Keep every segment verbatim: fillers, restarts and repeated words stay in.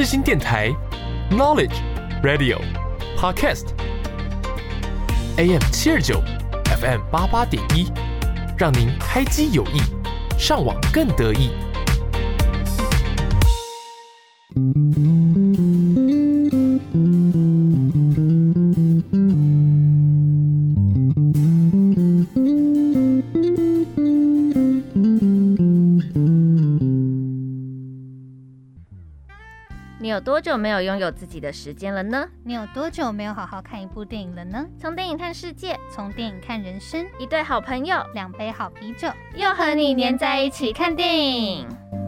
世新电台 Knowledge Radio Podcast A M 七二九 F M 八八点一，让您开机有益，上网更得意。 你有多久没有拥有自己的时间了呢？ 你有多久没有好好看一部电影了呢？ 从电影看世界， 从电影看人生， 一对好朋友， 两杯好啤酒， 又和你黏在一起看电影。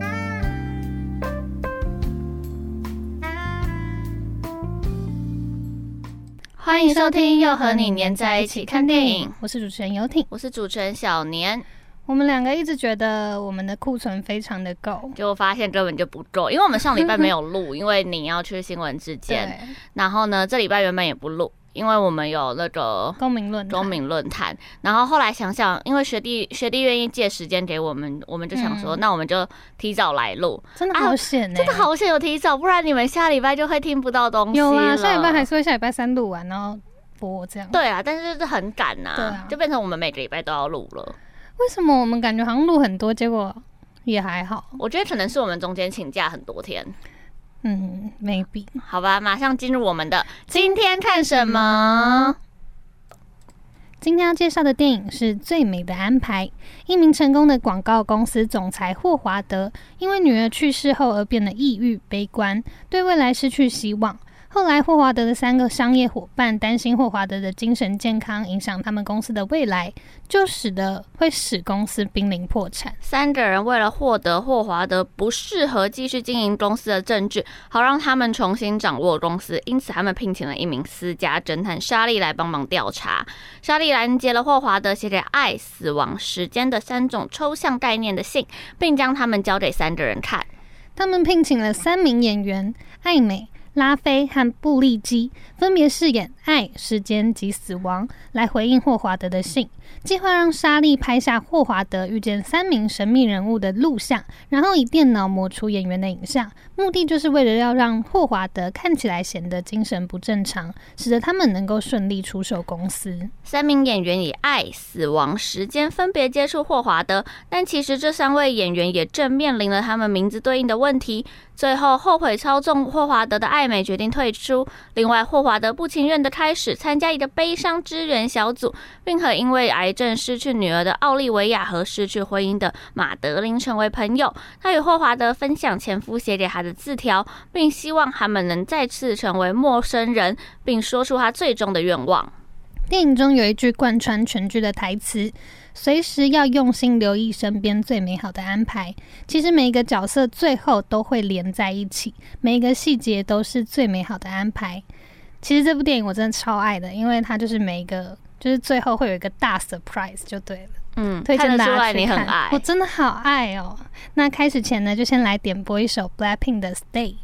欢迎收听又和你黏在一起看电影， 我是主持人游艇， 我是主持人小年。 我们两个一直觉得我们的库存非常的够， 结果发现根本就不够，因为我们上礼拜没有录，因为你要去新闻之间，然后呢，这礼拜原本也不录，因为我们有那个公民论公民论坛，然后后来想想，因为学弟学弟愿意借时间给我们，我们就想说，嗯、那我们就提早来录。 真的好险哎、欸啊， 真的好险有提早，不然你们下礼拜就会听不到东西了。 有啊，下礼拜还是会下礼拜三录完，然后播这样。 对啊，但是就是很赶呐、 对啊， 就变成我们每个礼拜都要录了。 为什么我们感觉好像录很多，结果也还好？ 我觉得可能是我们中间请假很多天。 嗯 ，maybe。 好吧，马上进入我们的今天看什么。 今天要介绍的电影是《最美的安排》。一名成功的广告公司总裁霍华德，因为女儿去世后而变得抑郁悲观，对未来失去希望。后来，霍华德的三个商业伙伴担心霍华德的精神健康影响他们公司的未来，就使得会使公司濒临破产。 三个人为了获得霍华德不适合继续经营公司的证据，好让他们重新掌握公司，因此他们聘请了一名私家侦探莎莉来帮忙调查。莎莉拦截了霍华德写给爱、死亡、时间的三种抽象概念的信，并将他们交给三个人看。 他们聘请了三名演员：艾美、拉菲和布利基，分别饰演爱、时间及死亡，来回应霍华德的信。计划让莎莉拍下霍华德遇见三名神秘人物的录像，然后以电脑抹除演员的影像，目的就是为了要让霍华德看起来显得精神不正常，使得他们能够顺利出售公司。 三名演员以爱、死亡、时间分别接触霍华德，但其实这三位演员也正面临了他们名字对应的问题。最后，后悔操纵霍华德的艾美决定退出。另外，霍华德不情愿的开始参加一个悲伤支援小组，并和因为癌症失去女儿的奥利维亚和失去婚姻的马德琳成为朋友。他与霍华德分享前夫写给他的字条，并希望他们能再次成为陌生人，并说出他最终的愿望。 电影中有一句贯穿全剧的台词：随时要用心留意身边最美好的安排。其实每一个角色最后都会连在一起，每一个细节都是最美好的安排。其实这部电影我真的超爱的，因为它就是每一个就是最后会有一个大 surprise 就对了。 嗯， 推荐大家去看。看得出来你很爱， 我真的好爱哦。那开始前呢，就先来点播一首 Blackpink 的 Stay。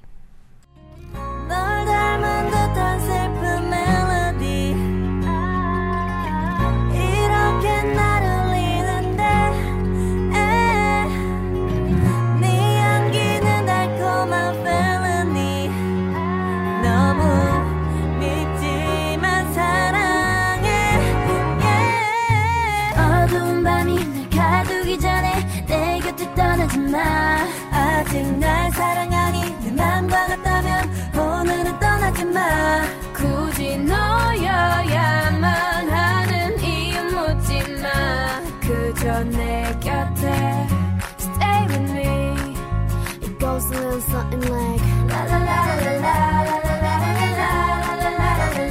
Stay with me. It goes a little something like la la la la la la la la la la la la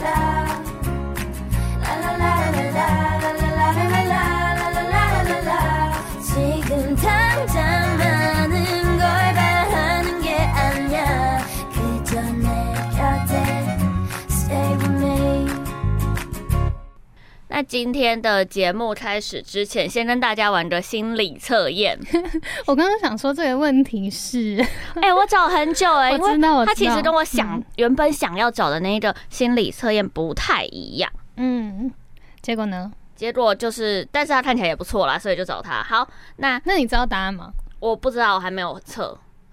la la. 지금 당장 많은 걸 바라는 게 아니야. 그저 내 곁에 stay with me. 那今天的节目开始之前，先跟大家玩个心理测验。 我刚刚想说这个问题是， 哎、欸，我找很久哎、欸， 我知道，我知道， 他其实跟我想、嗯、原本想要找的那个心理测验不太一样。 嗯，结果呢？ 结果就是，但是他看起来也不错啦，所以就找他。好，那那你知道答案吗？ 我不知道，我还没有测。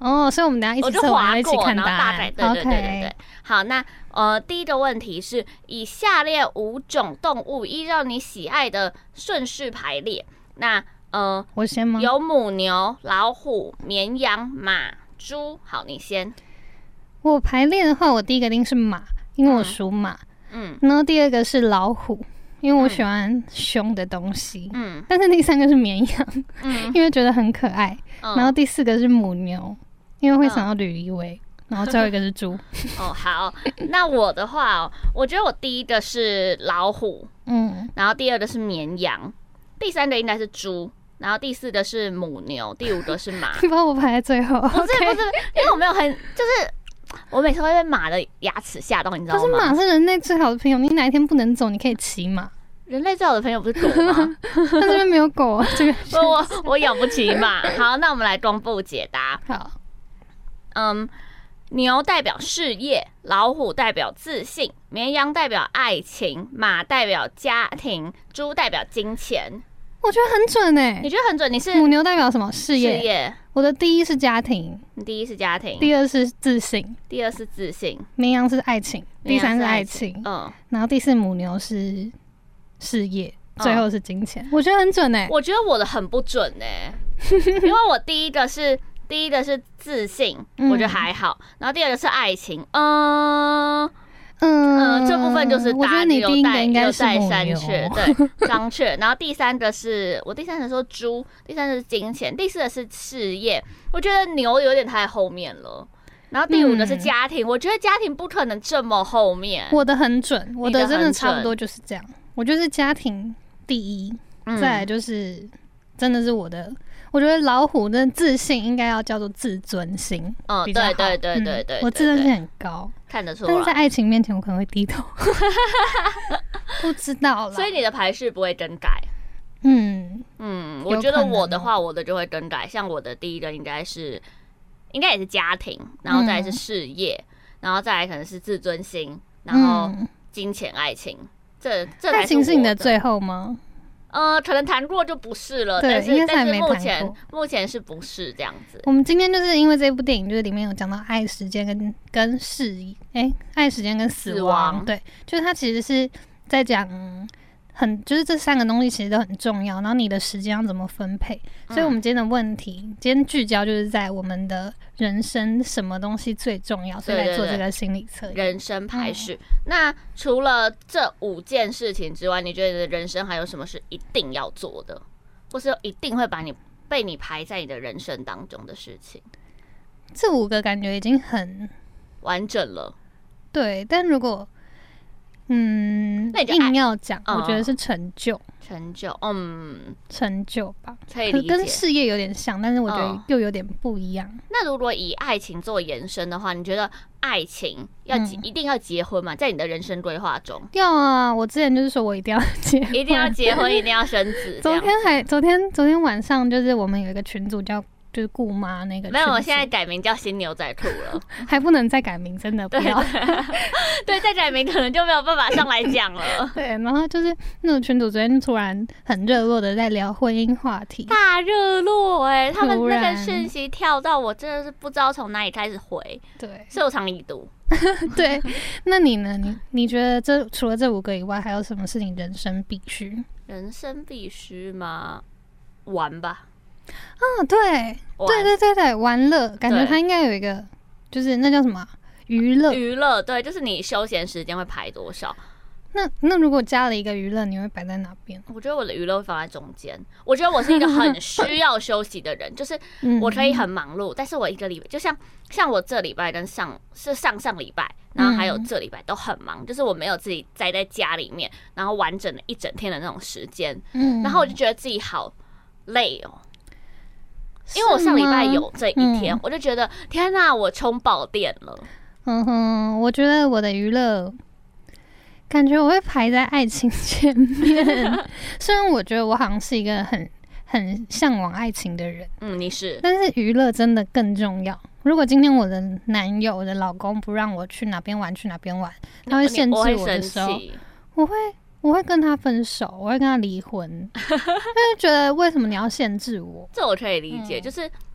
哦，所以我们等一下一我就起测完划过， 一起看然后答案。 大概对对对对对。 OK 好，那呃第一个问题是以下列五种动物依照你喜爱的顺序排列。那呃我先吗？ 有母牛、老虎、绵羊、马、猪。好，你先。 我排列的话，我第一个一定是马，因为我属马。 嗯然后第二个是老虎，因为我喜欢凶的东西。 嗯但是第三个是绵羊， 嗯因为觉得很可爱。 嗯然后第四个是母牛，因为会想到吕丽薇。然后最后一个是猪。 哦，好，那我的话、哦，我觉得我第一个是老虎， 嗯， 然后第二个是绵羊，第三个应该是猪，然后第四个是母牛，第五个是马。 你把我排在最后。 不是 OK 不是，因为我没有很就是。我每次会被马的牙齿吓到，你知道吗？ 可是马是人类最好的朋友，你哪一天不能走，你可以骑马。 人类最好的朋友不是狗吗？ 但这边没有狗啊，这个我我养不起马。好，那我们来公布解答。 好。 嗯，牛代表事业，老虎代表自信，绵羊代表爱情，马代表家庭，猪代表金钱。 我觉得很准哎、 你觉得很准？你是母牛代表什么？事业。 事业， 我的第一是家庭， 你第一是家庭， 第二是自信， 第二是自信， 绵羊是爱情，第三是爱情， 嗯， 然后第四母牛是事业， 嗯最后是金钱。我觉得很准哎、 我觉得我的很不准哎、因为我第一个是第一个是自信， 嗯我觉得还好，然后第二个是爱情，嗯。 嗯嗯，这部分就是我觉大得你第一个有待有应该是待商母牛。 榷，对，商榷。然后第三个是我第三个说猪，第三个是金钱，第四个是事业。我觉得牛有点太后面了。然后第五个是家庭，嗯、我觉得家庭不可能这么后面。 我的很准，我的真的差不多就就是这样。我就是家庭第一， 嗯、 再来就是真的是我的。我觉得老虎的自信应该要叫做自尊心， 嗯， 比较好对对对对 对, 对、 嗯，我自尊心很高， 看得出来。 但是在爱情面前，我可能会低头，不知道了。 所以你的排序不会更改。 嗯嗯，我觉得我的话，我的就会更改。像我的第一个应该是，应该也是家庭，然后再来是事业，嗯、然后再来可能是自尊心，然后金钱、爱情。这这爱情是你的最后吗？ 呃，可能谈过就不是了， 对， 但是但是目过前目前是不是这样子？ 我们今天就是因为这部电影，就是里面有讲到爱、时间跟跟事，哎、欸，爱、时间跟死亡，死亡对，就是它其实是在讲很，就是这三个东西其实都很重要，然后你的时间要怎么分配？所以我们今天的问题，嗯、今天聚焦就是在我们的人生什么东西最重要，所以来做这个心理测验。 人生排序。嗯、那除了这五件事情之外，你觉得人生还有什么是一定要做的，或是一定会把你被你排在你的人生当中的事情？ 这五个感觉已经很完整了。 对，但如果嗯， 那硬要讲， 嗯、 我觉得是成就， 成就，嗯， 成就吧， 可以理解， 跟事业有点像，但是我觉得又有点不一样。嗯、 那如果以爱情做延伸的话，你觉得爱情要、嗯、一定要结婚吗？在你的人生规划中？ 要啊，我之前就是说我一定要结婚， 一定要结婚，一定要生子。 昨天还，昨天昨天晚上就是我们有一个群组叫。就是顾妈那个， 没有，我现在改名叫新牛仔兔了， 还不能再改名，真的不要。 对, 对，再改名可能就没有办法上来讲了。 对，然后就是那种群组昨天突然很热络的在聊婚姻话题， 大热络哎，他们那个讯息跳到我真的是不知道从哪里开始回， 对， 所以我常已读。 对，那你呢？你你觉得这除了这五个以外，还有什么是你人生必须？ 人生必须吗？玩吧。 啊，对，对对对对，玩乐，感觉它应该有一个，就是那叫什么娱乐？ 娱乐，对，就是你休闲时间会排多少？ 那那如果加了一个娱乐，你会摆在哪边？ 我觉得我的娱乐会放在中间。我觉得我是一个很需要休息的人，就是我可以很忙碌，但是我一个礼拜，就像像我这礼拜跟上是上上礼拜，然后还有这礼拜都很忙，就是我没有自己宅在家里面，然后完整的一整天的那种时间，嗯，然后我就觉得自己好累哦。因为我上礼拜有这一天，嗯、我就觉得天哪，我充饱电了。 嗯哼，我觉得我的娱乐感觉我会排在爱情前面。虽然我觉得我好像是一个很很向往爱情的人， 嗯，你是， 但是娱乐真的更重要。如果今天我的男友、我的老公不让我去哪边玩去哪边玩，他会限制我的时候，我会。我会跟他分手，我会跟他离婚，因为觉得为什么你要限制我？ 这我可以理解，嗯、就是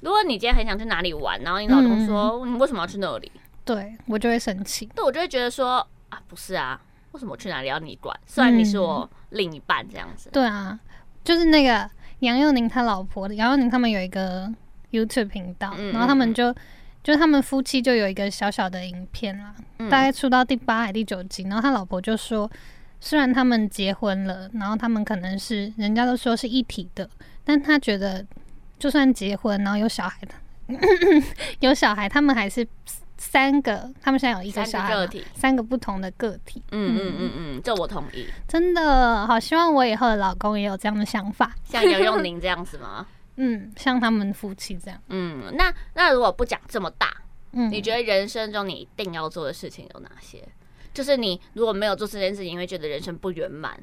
如果你今天很想去哪里玩，然后你老公说、嗯、你为什么要去那里？ 对我就会生气。 对，我就会觉得说啊，不是啊，为什么我去哪里要你管？虽然你是我另一半这样子。 嗯、对啊，就是那个杨佑宁他老婆，杨佑宁他们有一个 YouTube 频道，嗯、然后他们就就他们夫妻就有一个小小的影片啦，嗯、大概出到第八还第九集，然后他老婆就说，虽然他们结婚了，然后他们可能是人家都说是一体的，但他觉得就算结婚，然后有小孩的，有小孩，他们还是三个，他们现在有一个小孩，三个个体，三个不同的个体。 嗯嗯嗯嗯，这我同意。 真的好希望我以后的老公也有这样的想法， 像杨佑宁这样子吗？ 嗯，像他们夫妻这样。 嗯，那那如果不讲这么大，嗯，你觉得人生中你一定要做的事情有哪些？就是你如果没有做这件事情，你会觉得人生不圆满。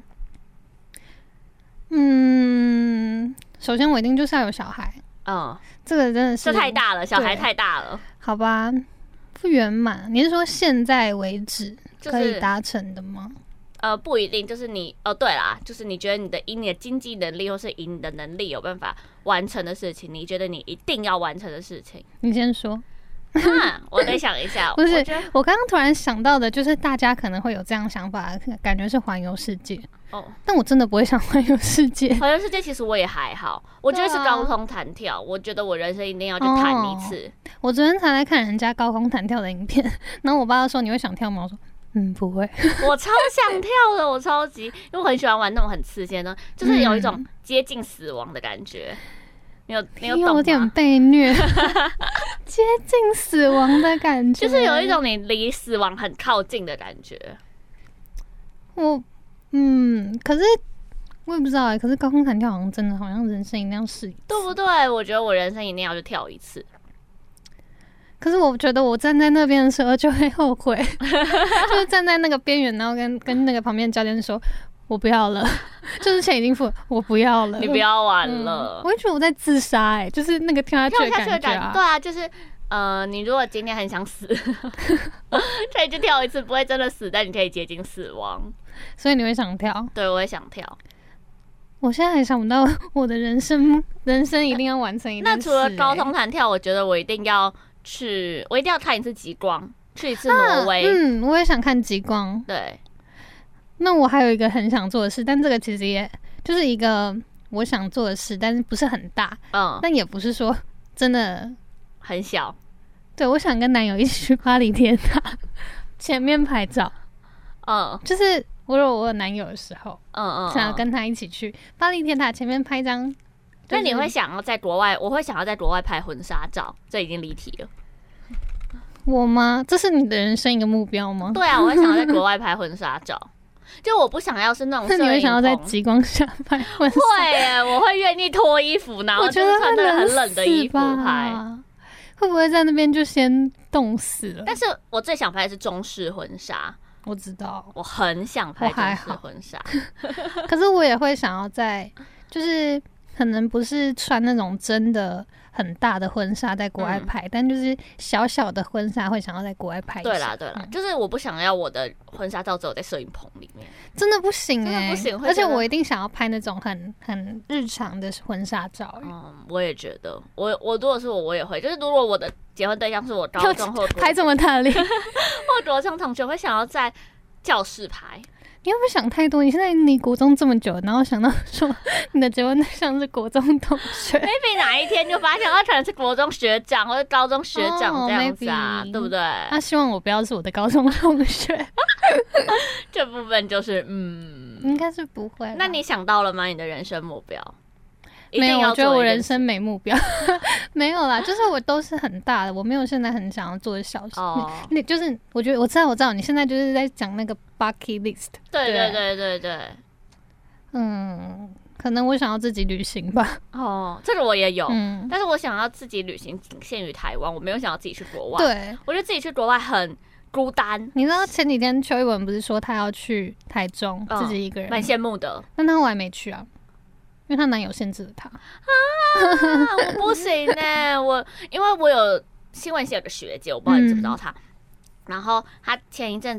嗯，首先我一定就是要有小孩。嗯，这个真的是这太大了，小孩太大了。 好吧，不圆满。你是说现在为止可以达成的吗？就是呃，不一定，就是你哦，对啦，就是你觉得你的以你的经济能力或是以你的能力有办法完成的事情，你觉得你一定要完成的事情， 你先说。 啊，我得想一下。 不是，我刚刚突然想到的，就是大家可能会有这样想法，感觉是环游世界。哦，但我真的不会想环游世界。 环游世界其实我也还好，我觉得是高空弹跳。啊、我觉得我人生一定要去弹一次。哦、 我昨天才来看人家高空弹跳的影片，然后我爸说你会想跳吗？我说。嗯，不会。 我超想跳的，我超级，因为我很喜欢玩那种很刺激的，就是有一种接近死亡的感觉。你有你有懂吗？ 有点被虐，接近死亡的感觉， 就是有一种你离死亡很靠近的感觉。 我嗯，可是我也不知道哎、欸，可是高空弹跳好像真的好像人生一定要试一次， 对不对？我觉得我人生一定要去跳一次。 可是我觉得我站在那边的时候就会后悔，就是站在那个边缘，然后跟跟那个旁边教练说，我不要了，就是钱已经付了，我不要了， 你不要玩了。 嗯、我会觉得我在自杀，哎，就是那个跳下去的感觉、啊， 跳下去的感觉，对啊，就是呃，你如果今天很想死，可以去跳一次，不会真的死，但你可以接近死亡， 所以你会想跳？ 对，我会想跳。 我现在还想不到我的人生，人生一定要完成一件事、欸。 那除了高空弹跳，我觉得我一定要。去，我一定要看一次极光，去一次挪威。 啊、嗯，我也想看极光。 对， 那我还有一个很想做的事，但这个其实也就是一个我想做的事，但是不是很大，嗯，但也不是说真的很小。 对，我想跟男友一起去巴黎铁塔前面拍照。嗯，就是我如果我有男友的时候，嗯嗯，想要跟他一起去巴黎铁塔前面拍一张。 那你会想要在国外？我会想要在国外拍婚纱照，这已经离题了。 我吗？这是你的人生一个目标吗？ 对啊，我会想要在国外拍婚纱照。就我不想要是那种摄影棚， 那你会想要在极光下拍婚纱？ 会耶，我会愿意脱衣服，然后就是穿那个很冷的衣服拍。 会不会在那边就先冻死了？ 但是我最想拍的是中式婚纱。 我知道， 我很想拍中式婚纱。 可是我也会想要在，就是。可能不是穿那种真的很大的婚纱在国外拍，嗯、但就是小小的婚纱会想要在国外拍一下。 对啦，对啦，嗯、就是我不想要我的婚纱照只有在摄影棚里面， 真的不行哎、欸， 真的不行。 而且我一定想要拍那种很很日常的婚纱照、欸。 嗯，我也觉得，我我如果是我，我也会。就是如果我的结婚对象是我高中或拍这么大力， 或国中同学，会想要在教室拍。 你会不会想太多？你现在离国中这么久，然后想到说你的结婚对象是国中同学 ，maybe 哪一天就发现他可能是国中学长或者高中学长这样子啊， oh, 对不对？ 他希望我不要是我的高中同学， 这部分就是嗯， 应该是不会。 那你想到了吗？你的人生目标？ 没有，我觉得我人生没目标，没有啦，就是我都是很大的，我没有现在很想要做的小事。哦，那就是我觉得我知道，我知道你现在就是在讲那个 bucket list。 对对对对对。 嗯，可能我想要自己旅行吧。 哦，这个我也有，嗯，但是我想要自己旅行仅限于台湾，我没有想要自己去国外。 对， 我觉得自己去国外很孤单。 你知道前几天邱一文不是说他要去台中、哦、自己一个人， 蛮羡慕的， 但他后来没去啊。因为她男友限制了她啊，我不行呢、欸。我因为我有新闻系有个学姐，我不知道你知不知道她。嗯、然后她前一阵子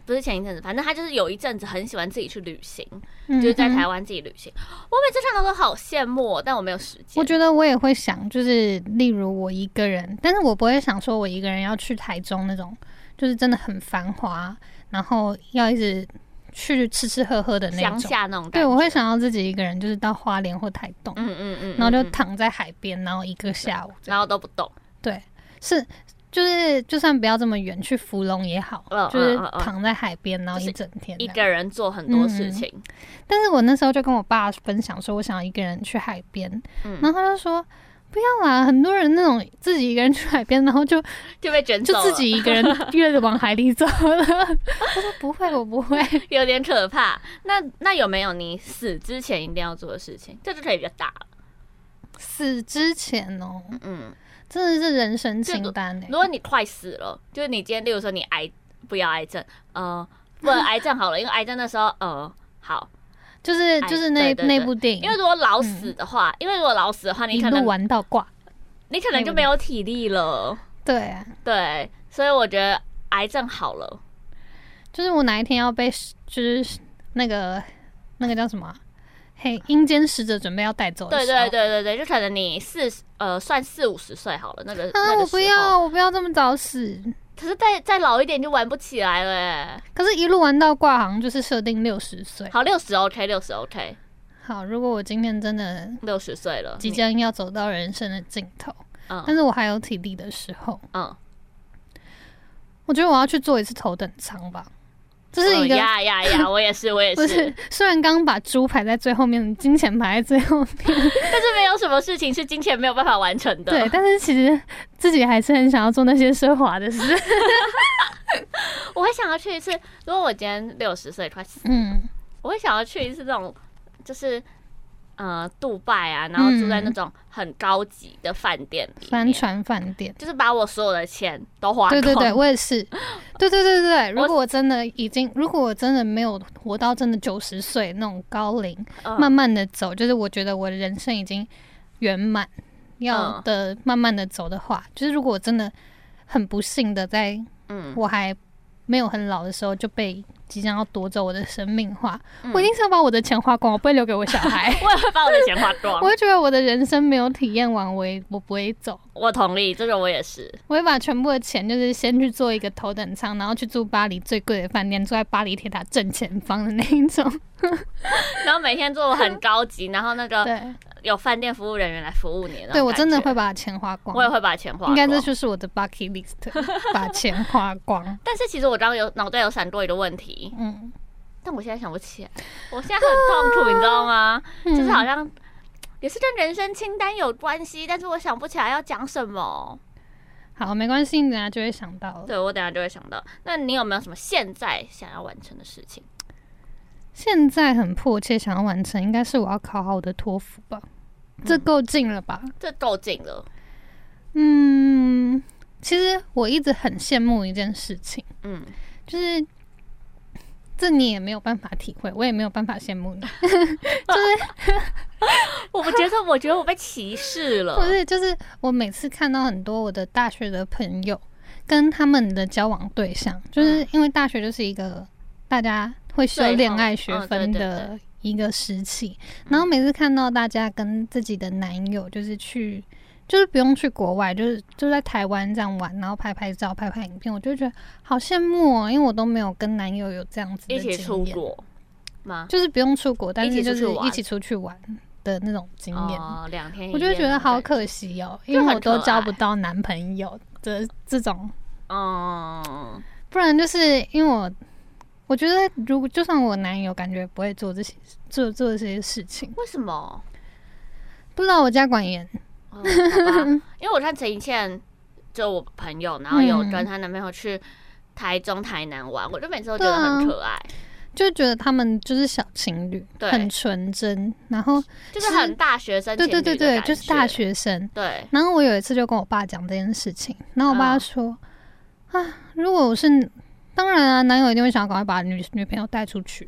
不是前一阵子，反正他就是有一阵子很喜欢自己去旅行， 嗯、 就是在台湾自己旅行。我每次看到都好羡慕、哦，但我没有时间。 我觉得我也会想，就是例如我一个人，但是我不会想说我一个人要去台中那种，就是真的很繁华，然后要一直去吃吃喝喝的那种乡下那种感觉。 对，我会想要自己一个人，就是到花莲或台东， 嗯嗯嗯， 然后就躺在海边，然后一个下午， 然后都不动。 对，是。就是就算不要这么远，去福隆也好， 嗯、 就是躺在海边，然后一整天一个人做很多事情、嗯。 但是我那时候就跟我爸分享说，我想要一个人去海边、嗯，然后他就说不要啦，很多人那种自己一个人去海边，然后就就被卷走了， 就自己一个人越往海里走了。我说不会，我不会， 有点可怕。那那有没有你死之前一定要做的事情？这就可以比较大了。 死之前哦， 嗯。 真的是人生清单欸。 如果你快死了，就是你今天，例如说你癌，不要癌症，呃，不能癌症好了，因为癌症的时候，呃，好， 就是就是那那部电影。 因为如果老死的话，嗯、因为如果老死的话，你可能一路玩到挂， 你可能就没有体力了。 对啊， 对，所以我觉得癌症好了， 就是我哪一天要被，就是那个那个叫什么、啊？嘿，阴间使者准备要带走的时候， 对对对对对，就可能你四呃算四五十岁好了，那个、 啊、 那个我不要，我不要这么早死。 可是再再老一点就玩不起来了哎。 可是，一路玩到挂，好像就是设定六十岁。 好，六十 OK， 六十 OK。 好，如果我今天真的六十岁了， 即将要走到人生的尽头，嗯，但是我还有体力的时候，嗯，我觉得我要去做一次头等舱吧。这是一个呀呀呀！我也是，我也是。 不是，虽然刚刚把猪排在最后面，金钱排在最后面，但是没有什么事情是金钱没有办法完成的。 对，但是其实自己还是很想要做那些奢华的事。 我会想要去一次，如果我今天六十岁快死， 嗯， 我会想要去一次这种，就是呃，杜拜啊，然后住在那种很高级的饭店里面， 帆船饭店， 就是把我所有的钱都花光。 对对对，我也是。对对对对，如果我真的已经，如果我真的没有活到真的九十岁那种高龄、嗯，慢慢的走，就是我觉得我的人生已经圆满，要的慢慢的走的话，嗯、就是如果我真的很不幸的在，嗯，我还没有很老的时候就被即将要夺走我的生命的话、嗯，我一定是要把我的钱花光，我不会留给我小孩。 我也会把我的钱花光。 我会觉得我的人生没有体验完，我也我不会走。 我同意，这个我也是。 我会把全部的钱，就是先去做一个头等舱，然后去住巴黎最贵的饭店，住在巴黎铁塔正前方的那一种。 然后每天做很高级，然后那个有饭店服务人员来服务你。 对，我真的会把钱花光。 我也会把钱花光。 应该这就是我的 bucket list， 把钱花光。 但是其实我刚刚有脑袋有闪过一个问题，嗯，但我现在想不起来。我现在很痛苦，你知道吗？嗯、就是好像也是跟人生清单有关系，但是我想不起来要讲什么。 好，没关系，你等下就会想到了。 对，我等下就会想到。那你有没有什么现在想要完成的事情？ 现在很迫切想要完成，应该是我要考好我的托福吧。嗯、这够近了吧？ 这够近了。 嗯，其实我一直很羡慕一件事情，嗯，就是这你也没有办法体会，我也没有办法羡慕你，就是我觉得，我觉得我被歧视了。 不是，就是我每次看到很多我的大学的朋友跟他们的交往对象，就是因为大学就是一个大家会修恋爱学分的一个时期，然后每次看到大家跟自己的男友就是去，就是不用去国外，就是就在台湾这样玩，然后拍拍照、拍拍影片，我就觉得好羡慕哦，因为我都没有跟男友有这样子的经验。 一起出国吗？ 就是不用出国，但是就是一起出去玩的那种经验。 哦，两天一夜， 我就觉得好可惜哦，因为我都交不到男朋友的这种。嗯，不然就是因为我。我觉得，如果就算我男友，感觉不会做这些做做这些事情。 为什么？ 不知道，我家管严。 哦、好吧，因为我看陈怡倩，就我朋友，然后有跟她男朋友去台中、台南玩，我就每次都觉得很可爱，啊、 就觉得他们就是小情侣，很纯真，然后就是很大学生情侣的感觉。对对对对， 就是大学生。 对。 然后我有一次就跟我爸讲这件事情，然后我爸说：“嗯、啊，如果我是。”当然啊，男友一定会想要赶快把女女朋友带出去、啊。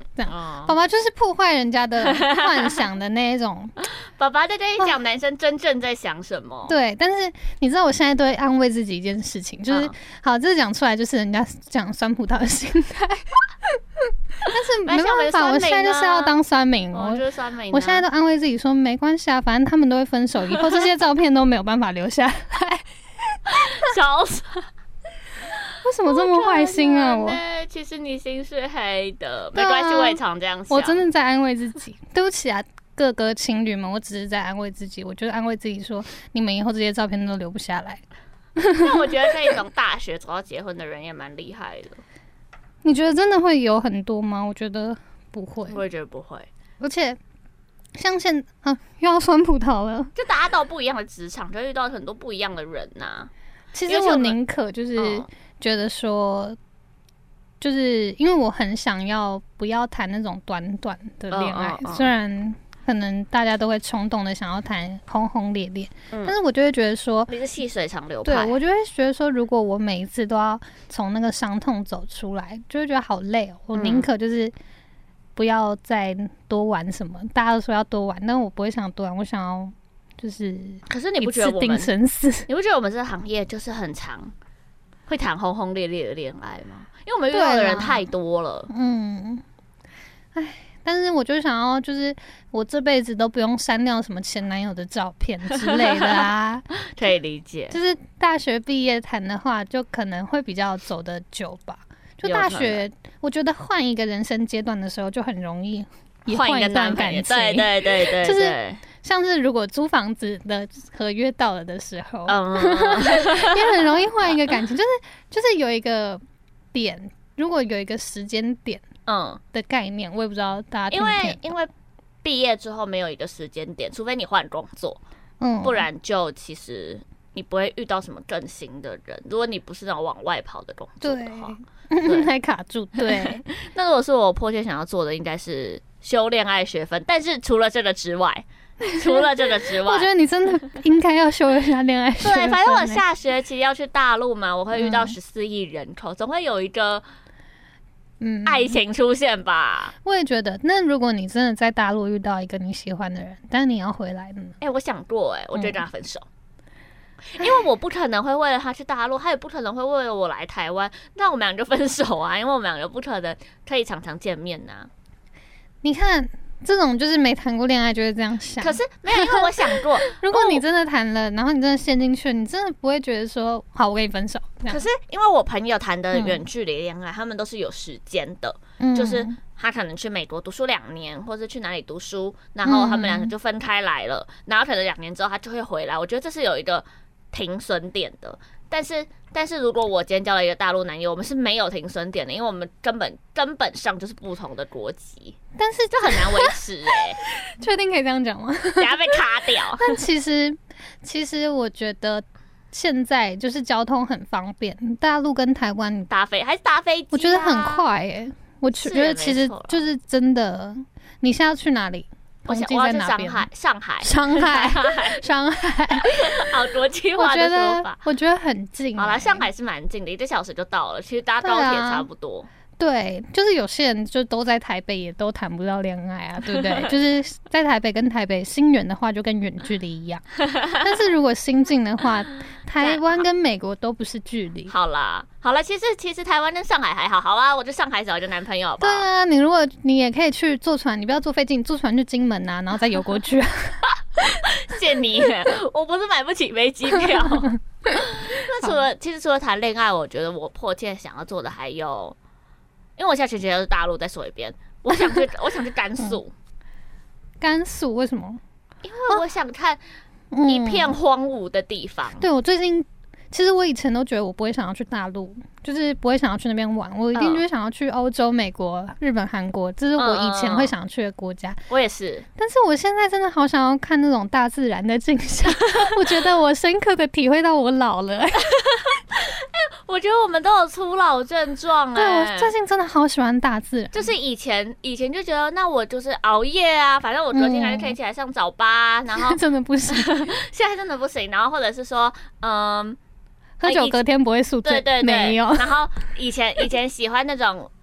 这样。 哦爸爸就是破坏人家的幻想的那一种。 爸爸在跟你讲男生真正在想什么。 对，但是你知道我现在都会安慰自己一件事情，就是、 嗯、 好，这讲出来就是人家讲酸葡萄的心态。但是没办法，我现在就是要当酸民。 我就是酸民、啊。 我现在都安慰自己说，没关系啊，反正他们都会分手，以后这些照片都没有办法留下来。 笑死！ 为什么这么坏心啊？我其实你心是黑的，没关系，我也常这样想。 我真的在安慰自己，对不起啊，各个情侣们，我只是在安慰自己，我就是安慰自己说，你们以后这些照片都留不下来。 那我觉得可以从大学走到结婚的人也蛮厉害的。 你觉得真的会有很多吗？我觉得不会， 我也觉得不会。 而且像现啊，又要酸葡萄了， 就大家到不一样的职场，就遇到很多不一样的人呐、啊。 其实我宁可就是觉得说，就是因为我很想要不要谈那种短短的恋爱， 嗯嗯嗯、 虽然可能大家都会冲动的想要谈轰轰烈烈，嗯、但是我就会觉得说， 你是细水长流派， 对我就会觉得说，如果我每一次都要从那个伤痛走出来，就会觉得好累哦。我宁可就是不要再多玩什么，大家都说要多玩，但我不会想多玩，我想要。就是， 可是你不觉得我们定生死？ 你不觉得我们这个行业就是很常会谈轰轰烈烈的恋爱吗？因为我们遇到的人太多了。 嗯，哎，但是我就想要，就是我这辈子都不用删掉什么前男友的照片之类的啊。 可以理解。 就是大学毕业谈的话，就可能会比较走得久吧。就大学，我觉得换一个人生阶段的时候，就很容易也换一段感情。 对对对 对, 对， 就是。像是如果租房子的合约到了的时候，嗯，也很容易换一个感情，就是就是有一个点，如果有一个时间点，嗯的概念，我也不知道大家听不听。 因为因为毕业之后没有一个时间点，除非你换工作，嗯，不然就其实你不会遇到什么更新的人。如果你不是那种往外跑的工作的话， 对，还卡住。对， 那如果是我迫切想要做的，应该是修恋爱学分。但是除了这个之外。除了这个之外， 我觉得你真的应该要修一下恋爱学分。 对，反正我下学期要去大陆嘛，我会遇到十四亿人口，嗯、总会有一个嗯爱情出现吧。 我也觉得，那如果你真的在大陆遇到一个你喜欢的人，但是你要回来呢？ 哎、欸，我想过、欸，哎，我就跟他分手。嗯、因为我不可能会为了他去大陆，他也不可能会为了我来台湾，那我们俩就分手啊！因为我们两个不可能可以常常见面呐、啊。 你看。这种就是没谈过恋爱就会这样想， 可是没有，因为我想过， 如果你真的谈了，然后你真的陷进去，你真的不会觉得说好，我跟你分手。 可是因为我朋友谈的远距离恋爱，嗯、他们都是有时间的，嗯、就是他可能去美国读书两年，或是去哪里读书，然后他们两个就分开来了，嗯、然后可能两年之后他就会回来。我觉得这是有一个停损点的，但是。但是如果我今天交了一个大陆男友，我们是没有停损点的，因为我们根本根本上就是不同的国籍， 但是这很难维持哎、欸。 确定可以这样讲吗？ 等下被卡掉。 但其实，其实我觉得现在就是交通很方便，大陆跟台湾搭飞还是搭飞机、啊， 我觉得很快哎、欸。我觉得其实就是真的，你现在要去哪里？ 我想我要去上海，上海， 上海，上海， 好国际化的说法。 我觉得很近、欸。 好啦，上海是蛮近的，一个小时就到了。其实搭高铁差不多。 对，就是有些人就都在台北，也都谈不到恋爱啊，对不对？就是在台北跟台北心远的话，就跟远距离一样。但是如果心近的话，台湾跟美国都不是距离。 好啦，好啦，其实其实台湾跟上海还好，好啊，我就上海找一个男朋友吧。 对啊，你如果你也可以去坐船，你不要坐飞机，你坐船去金门啊，然后再游过去啊。 谢你，我不是买不起飞机票。那除了其实除了谈恋爱，我觉得我迫切想要做的还有。因为我下学期要是大陆，再说一遍，我想去，我想去甘肃。 甘肃为什么？ 因为我想看一片荒芜的地方。 嗯、对，我最近，其实我以前都觉得我不会想要去大陆，就是不会想要去那边玩，我一定就会想要去欧洲、美国、日本、韩国，这是我以前会想去的国家。 我也是， 但是我现在真的好想要看那种大自然的景象，我觉得我深刻的体会到我老了。 我觉得我们都有初老症状哎。 对，我最近真的好喜欢大自然。 就是以前以前就觉得，那我就是熬夜啊，反正我隔天还是可以起来上早八，嗯、然后真的不行， 现在真的不行。然后或者是说，嗯， 喝酒隔天不会宿醉， 对对对， 没有。 然后以前以前喜欢那种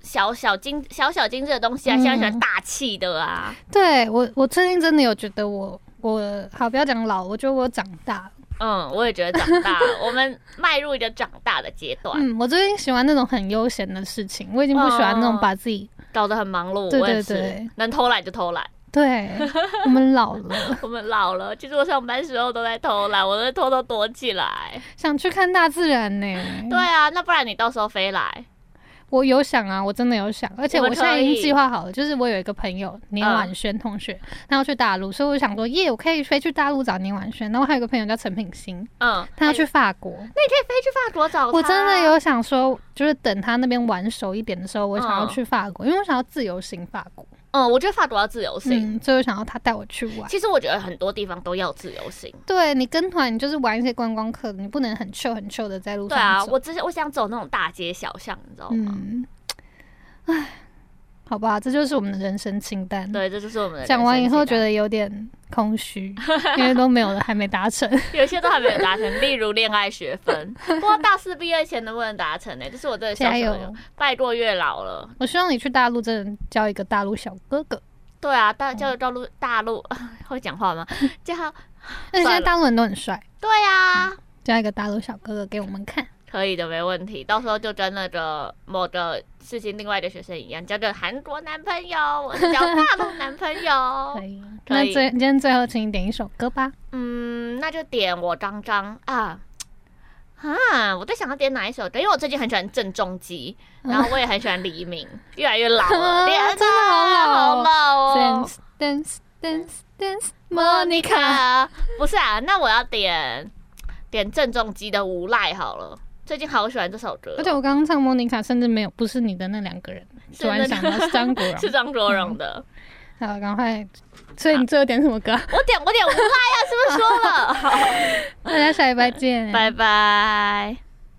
小小精小小精致的东西啊，现在喜欢大气的啊。 对我，我最近真的有觉得我我好不要讲老，我觉得我长大了。 嗯，我也觉得长大了，我们迈入一个长大的阶段。 嗯，我最近喜欢那种很悠闲的事情，我已经不喜欢那种把自己、 嗯、搞得很忙碌。 对对对， 我也是能偷懒就偷懒。 对，我们老了， 我们老了。其实我上班时候都在偷懒，我都偷偷躲起来， 想去看大自然呢。 对啊，那不然你到时候飞来。 我有想啊，我真的有想，而且我现在已经计划好了，就是我有一个朋友年婉萱同学，他、嗯、要去大陆，所以我想说，耶，我可以飞去大陆找年婉萱。然后还有一个朋友叫陈品欣，嗯，他要去法国，那你可以飞去法国找他。 我真的有想说，就是等他那边玩熟一点的时候，我想要去法国，嗯、因为我想要自由行法国。 嗯，我觉得法国要自由行， 嗯，所以我想要他带我去玩。 其实我觉得很多地方都要自由行。 对，你跟团，你就是玩一些观光客，你不能很 chill 很 chill 的在路上走。 对啊，我只是我想走那种大街小巷，你知道吗？嗯， 唉，好吧，这就是我们的人生清单。 对，这就是我们的人生清单。 讲完以后觉得有点空虚，因为都没有了，还没达成。 有些都还没有达成，例如恋爱学分，不知道大四毕业前能不能达成呢、欸？这是我真的小小的拜托月老了。 我希望你去大陆真的交一个大陆小哥哥。 对啊，大叫大陆大陆会讲话吗？叫， 但现在大陆人都很帅。 对啊， 交一个大陆小哥哥给我们看。 可以的，没问题。到时候就跟那个某个事情另外的学生一样，交个韩国男朋友，我是交大陆男朋友。 可以，可以。那最今天最后，请你点一首歌吧。 嗯，那就点我刚刚啊啊！我在想要点哪一首歌，因为我最近很喜欢郑中基，然后我也很喜欢黎明，越来越老了， 真的好老， 好老哦。 Dance dance dance dance Monica， 不是啊，那我要点点郑中基的《无赖》好了。最近好喜欢这首歌、哦， 而且我刚刚唱莫妮卡，甚至没有不是你的那两个人，突然想到是张国荣， 是张国荣的。 嗯、好，赶快，所以你最后点什么歌？ 我点我点无赖啊，是不是说了？好， 大家下礼拜见， 拜拜。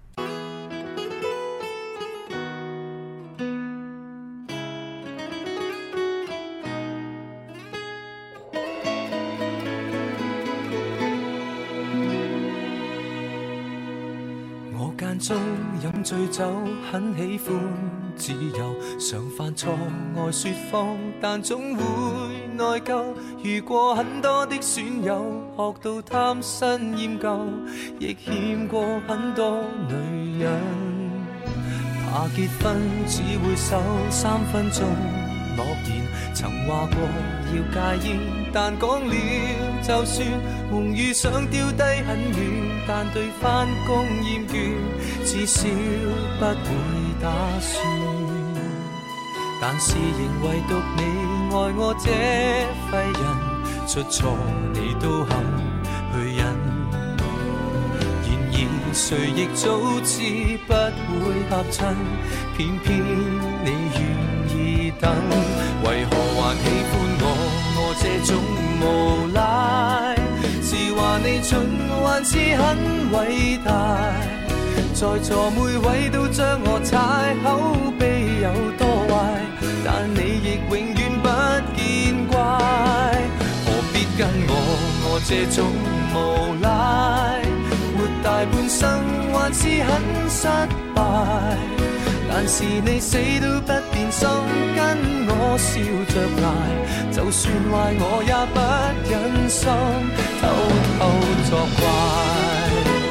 間中飲醉酒，很喜歡自由，常犯錯愛說謊，但總會內疚。遇過很多的損友，學到貪新厭舊，亦欠過很多女人。怕結婚只會守三分鐘諾言，曾話過要戒煙，但講了就算，夢與想丟低很遠，但對返工厭倦，至少不會打算。但是仍唯獨你愛我這廢人，出錯你都肯去忍。然而誰亦早知不會合襯，偏偏你願意等。為何還喜歡我？我這種無賴，是話你蠢還是很偉大？在座每位都將我踩，口碑有多壞，但你亦永遠不見怪。何必跟我？我這種無賴，活大半生還是很失敗。但是你死都不變心，跟我笑着捱，就算壞我也不忍心偷偷作怪。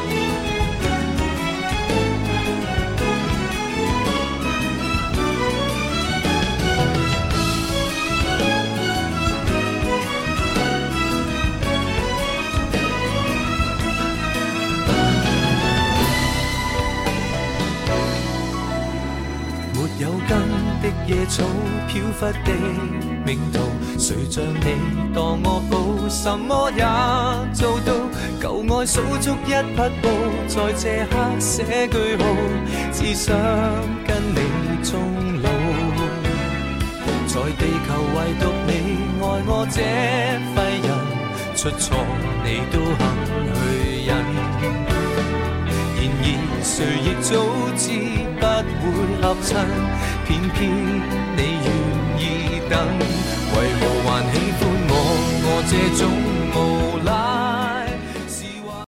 有根的野草飄忽的命途，誰像你當我寶，什麼也做到。舊愛數足一匹布，在這刻寫句號，只想跟你終老。在地球唯獨你愛我這廢人，出錯你都肯去忍。然而誰亦早知不會合襯，偏偏你願意等。為何還喜歡我？我這種